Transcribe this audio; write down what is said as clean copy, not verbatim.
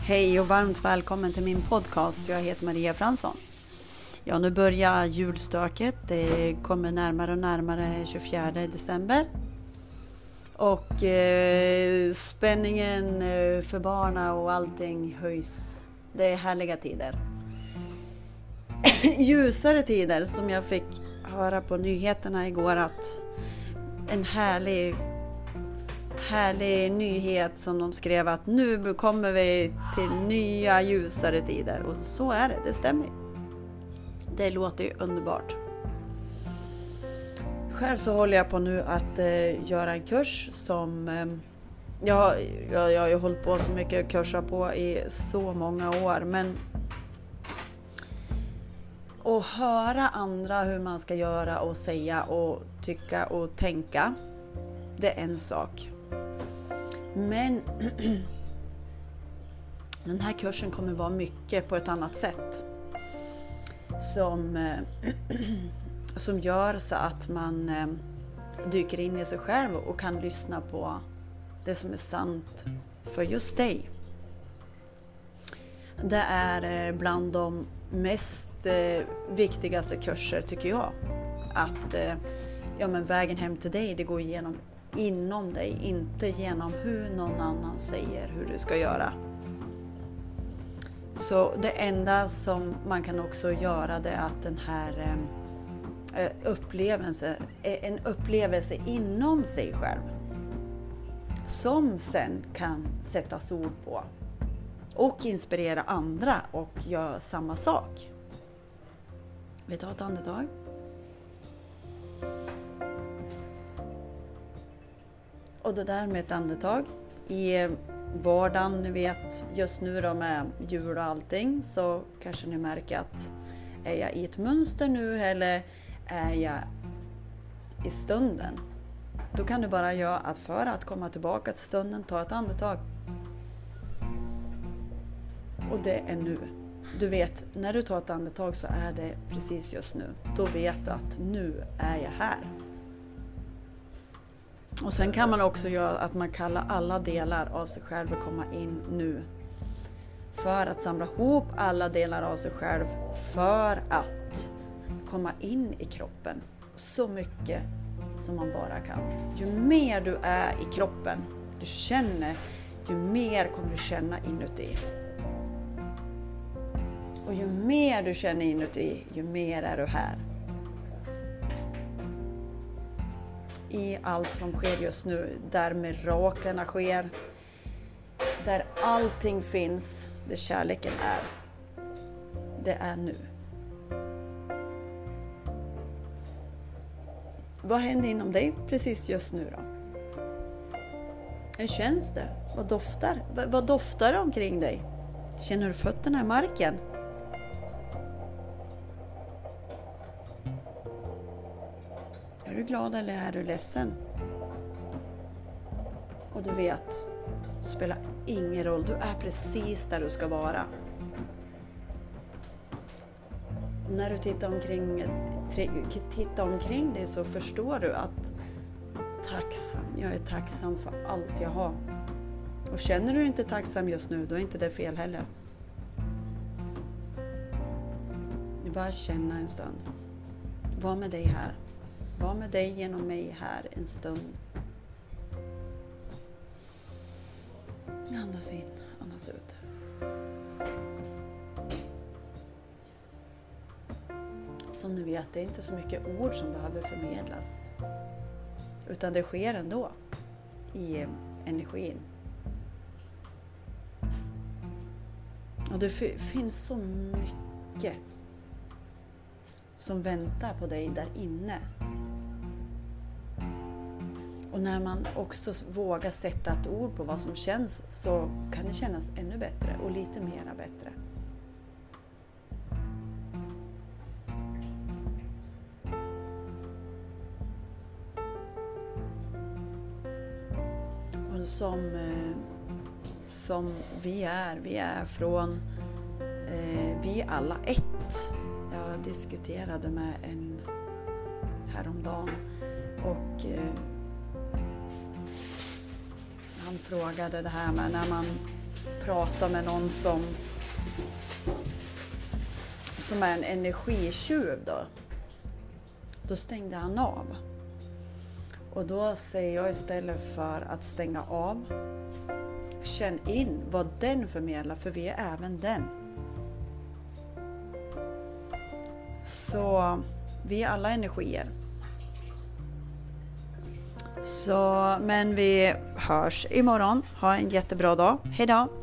Hej och varmt välkommen till min podcast. Jag heter Maria Fransson. Ja, nu börjar julstöket. Det kommer närmare och närmare 24 december. Och spänningen för barna och allting höjs. Det är härliga tider. Ljusare tider som jag fick höra på nyheterna igår att en härlig nyhet som de skrev att nu kommer vi till nya ljusare tider. Och så är det, det stämmer. Det låter ju underbart. Själv så håller jag på nu att göra en kurs som jag har hållit på så mycket kurser på i så många år. Men att höra andra hur man ska göra och säga och tycka och tänka, det är en sak. Men den här kursen kommer vara mycket på ett annat sätt. Som gör så att man dyker in i sig själv och kan lyssna på det som är sant för just dig. Det är bland de mest viktigaste kurser tycker jag. Att men vägen hem till dig, det går inom dig, inte genom hur någon annan säger hur du ska göra. Så det enda som man kan också göra, det är att den här upplevelsen är en upplevelse inom sig själv. Som sen kan sättas ord på. Och inspirera andra och göra samma sak. Vi tar ett andetag. Och det där med ett andetag i vardagen, ni vet just nu då med jul och allting, så kanske ni märker att är jag i ett mönster nu eller är jag i stunden? Då kan du bara göra att för att komma tillbaka till stunden, ta ett andetag. Och det är nu. Du vet, när du tar ett andetag så är det precis just nu. Då vet du att nu är jag här. Och sen kan man också göra att man kallar alla delar av sig själv att komma in nu. För att samla ihop alla delar av sig själv för att komma in i kroppen. Så mycket som man bara kan. Ju mer du är i kroppen, du känner, ju mer kommer du känna inuti. Och ju mer du känner inuti, ju mer är du här. I allt som sker just nu, där miraklerna sker, där allting finns, där kärleken är. Det är nu. Vad händer inom dig precis just nu då? Hur känns det? Vad doftar det omkring dig? Känner du fötterna i marken? Är du glad eller är du ledsen? Och du vet, det spelar ingen roll. Du är precis där du ska vara. Och när du tittar omkring dig så förstår du att jag är tacksam för allt jag har. Och känner du inte tacksam just nu, då är inte det fel heller. Du bara känna en stund. Var med dig här. Var med dig genom mig här en stund. Andas in, andas ut. Som ni vet, det är inte så mycket ord som behöver förmedlas. Utan det sker ändå i energin. Och det finns så mycket som väntar på dig där inne. Och när man också vågar sätta ett ord på vad som känns, så kan det kännas ännu bättre och lite mera bättre. Och som vi är från, vi är alla ett. Jag diskuterade med en häromdagen och han frågade det här med när man prata med någon som är en energitjuv då stängde han av. Och då säger jag, istället för att stänga av, känn in vad den förmedlar, för vi är även den. Så vi är alla energier. Men vi hörs imorgon. Ha en jättebra dag. Hej då!